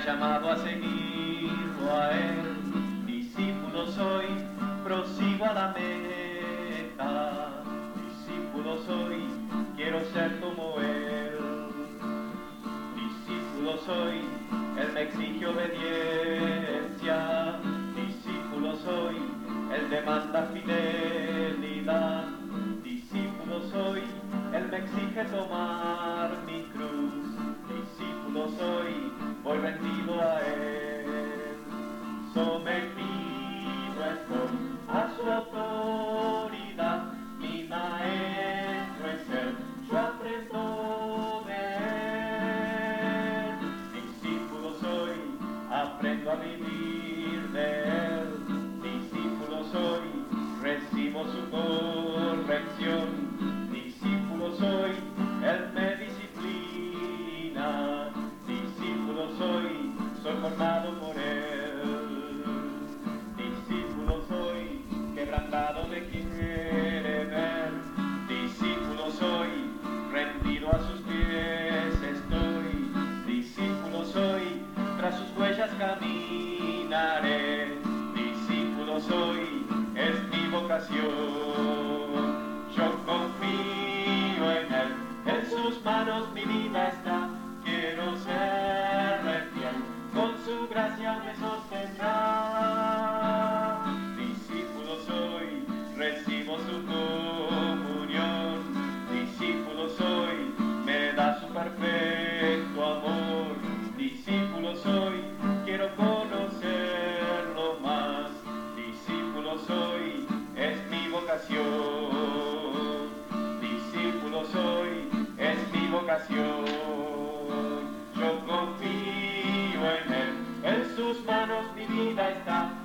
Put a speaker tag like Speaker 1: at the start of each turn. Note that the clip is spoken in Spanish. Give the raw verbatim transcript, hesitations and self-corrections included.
Speaker 1: llamado a seguirlo a él. Discípulo soy, prosigo a la meta. Discípulo soy, quiero ser como él. Discípulo soy, él me exige obediencia. Discípulo soy, él demanda fidelidad. Discípulo soy, él me exige tomar mi cruz. Discípulo soy, voy rendido a él. Sometido estoy a su autoridad. Mi maestro es él, yo aprendo de él. Discípulo soy, aprendo a vivir de él. Discípulo soy, recibo su corrección. Discípulo soy, él me disciplina. Discípulo soy, soy formado por él. Discípulo soy, quebrantado me quiere ver. Discípulo soy, rendido a sus pies estoy. Discípulo soy, tras sus huellas caminaré. Discípulo soy, es mi vocación. Yo confío en él, en sus manos mi vida está. Quiero serle fiel, con su gracia me sostendrá. Discípulo soy, recibo su comunión. Discípulo soy, me da su perfecto amor. Discípulo soy, quiero conocerlo más. Discípulo soy, es mi vocación. Discípulo soy, es mi vocación. Yo confío en él, en sus manos mi vida está.